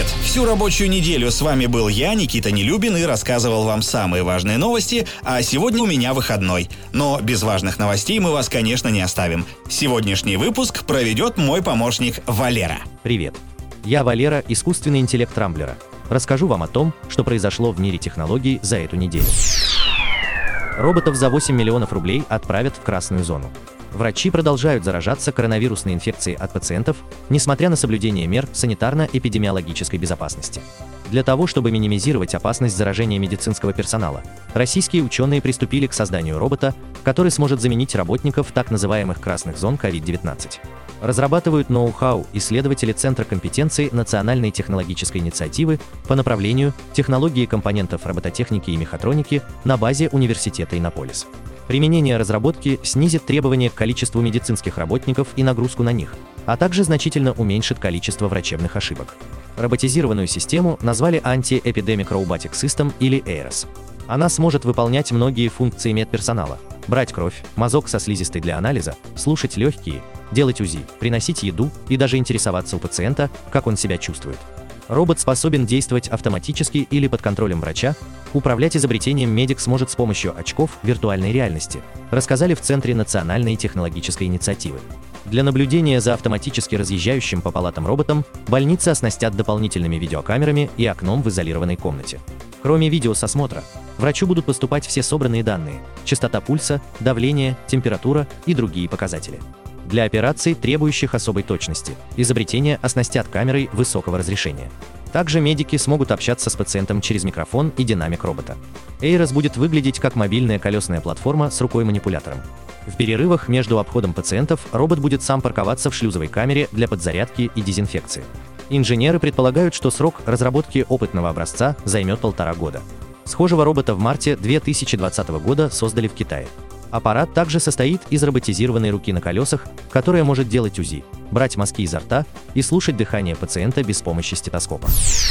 Привет! Всю рабочую неделю с вами был я, Никита Нелюбин, и рассказывал вам самые важные новости, а сегодня у меня выходной. Но без важных новостей мы вас, конечно, не оставим. Сегодняшний выпуск проведет мой помощник Валера. Привет! Я Валера, искусственный интеллект Рамблера. Расскажу вам о том, что произошло в мире технологий за эту неделю. Роботов за 8 миллионов рублей отправят в красную зону. Врачи продолжают заражаться коронавирусной инфекцией от пациентов, несмотря на соблюдение мер санитарно-эпидемиологической безопасности. Для того, чтобы минимизировать опасность заражения медицинского персонала, российские ученые приступили к созданию робота, который сможет заменить работников так называемых красных зон COVID-19. Разрабатывают ноу-хау исследователи Центра компетенции Национальной технологической инициативы по направлению технологии компонентов робототехники и мехатроники на базе университета Иннополис. Применение разработки снизит требования к количеству медицинских работников и нагрузку на них, а также значительно уменьшит количество врачебных ошибок. Роботизированную систему назвали Anti-Epidemic Robotic System или AERS. Она сможет выполнять многие функции медперсонала: брать кровь, мазок со слизистой для анализа, слушать легкие, делать УЗИ, приносить еду и даже интересоваться у пациента, как он себя чувствует. Робот способен действовать автоматически или под контролем врача. Управлять изобретением медик сможет с помощью очков виртуальной реальности, рассказали в Центре Национальной технологической инициативы. Для наблюдения за автоматически разъезжающим по палатам роботом больницы оснастят дополнительными видеокамерами и окном в изолированной комнате. Кроме видеососмотра, врачу будут поступать все собранные данные: частота пульса, давление, температура и другие показатели. Для операций, требующих особой точности, изобретение оснастят камерой высокого разрешения. Также медики смогут общаться с пациентом через микрофон и динамик робота. AERS будет выглядеть как мобильная колесная платформа с рукой-манипулятором. В перерывах между обходом пациентов робот будет сам парковаться в шлюзовой камере для подзарядки и дезинфекции. Инженеры предполагают, что срок разработки опытного образца займет 1,5 года. Схожего робота в марте 2020 года создали в Китае. Аппарат также состоит из роботизированной руки на колесах, которая может делать УЗИ, брать мазки изо рта и слушать дыхание пациента без помощи стетоскопа.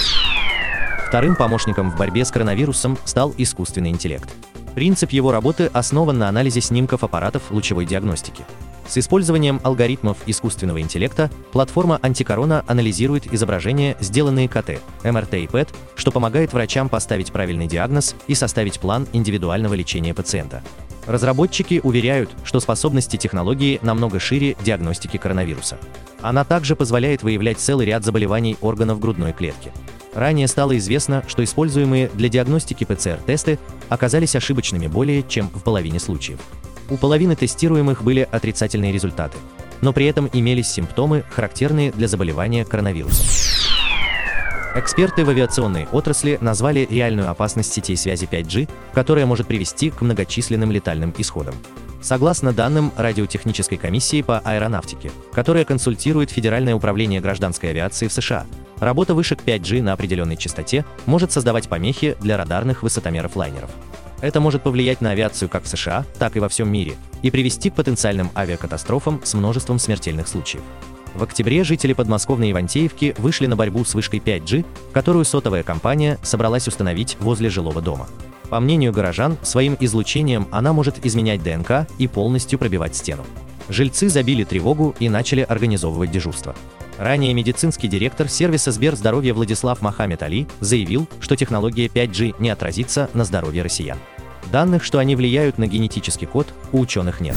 Вторым помощником в борьбе с коронавирусом стал искусственный интеллект. Принцип его работы основан на анализе снимков аппаратов лучевой диагностики. С использованием алгоритмов искусственного интеллекта платформа Антикорона анализирует изображения, сделанные КТ, МРТ и ПЭТ, что помогает врачам поставить правильный диагноз и составить план индивидуального лечения пациента. Разработчики уверяют, что способности технологии намного шире диагностики коронавируса. Она также позволяет выявлять целый ряд заболеваний органов грудной клетки. Ранее стало известно, что используемые для диагностики ПЦР-тесты оказались ошибочными более чем в половине случаев. У половины тестируемых были отрицательные результаты, но при этом имелись симптомы, характерные для заболевания коронавирусом. Эксперты в авиационной отрасли назвали реальную опасность сетей связи 5G, которая может привести к многочисленным летальным исходам. Согласно данным Радиотехнической комиссии по аэронавтике, которая консультирует Федеральное управление гражданской авиации в США, работа вышек 5G на определенной частоте может создавать помехи для радарных высотомеров лайнеров. Это может повлиять на авиацию как в США, так и во всем мире и привести к потенциальным авиакатастрофам с множеством смертельных случаев. В октябре жители подмосковной Ивантеевки вышли на борьбу с вышкой 5G, которую сотовая компания собралась установить возле жилого дома. По мнению горожан, своим излучением она может изменять ДНК и полностью пробивать стену. Жильцы забили тревогу и начали организовывать дежурство. Ранее медицинский директор сервиса Сберздоровья Владислав Мохаммед Али заявил, что технология 5G не отразится на здоровье россиян. Данных, что они влияют на генетический код, у ученых нет.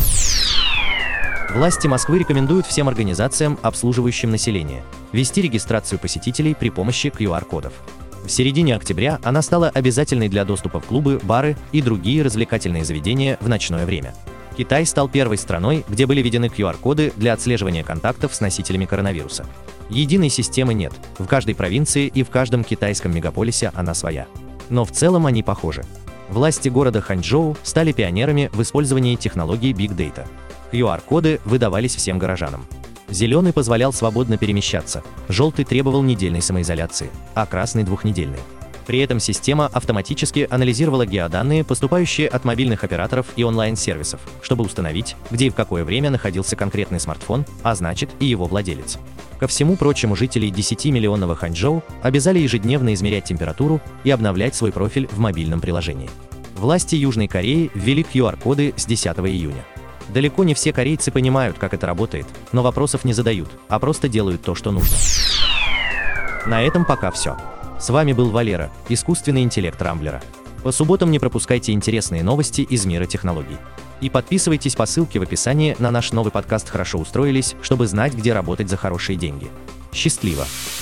Власти Москвы рекомендуют всем организациям, обслуживающим население, вести регистрацию посетителей при помощи QR-кодов. В середине октября она стала обязательной для доступа в клубы, бары и другие развлекательные заведения в ночное время. Китай стал первой страной, где были введены QR-коды для отслеживания контактов с носителями коронавируса. Единой системы нет, в каждой провинции и в каждом китайском мегаполисе она своя. Но в целом они похожи. Власти города Ханчжоу стали пионерами в использовании технологий Big Data. QR-коды выдавались всем горожанам. Зеленый позволял свободно перемещаться, желтый требовал недельной самоизоляции, а красный – 2-недельной. При этом система автоматически анализировала геоданные, поступающие от мобильных операторов и онлайн-сервисов, чтобы установить, где и в какое время находился конкретный смартфон, а значит и его владелец. Ко всему прочему, жителей 10-миллионного Ханчжоу обязали ежедневно измерять температуру и обновлять свой профиль в мобильном приложении. Власти Южной Кореи ввели QR-коды с 10 июня. Далеко не все корейцы понимают, как это работает, но вопросов не задают, а просто делают то, что нужно. На этом пока все. С вами был Валера, искусственный интеллект Рамблера. По субботам не пропускайте интересные новости из мира технологий. И подписывайтесь по ссылке в описании на наш новый подкаст «Хорошо устроились», чтобы знать, где работать за хорошие деньги. Счастливо!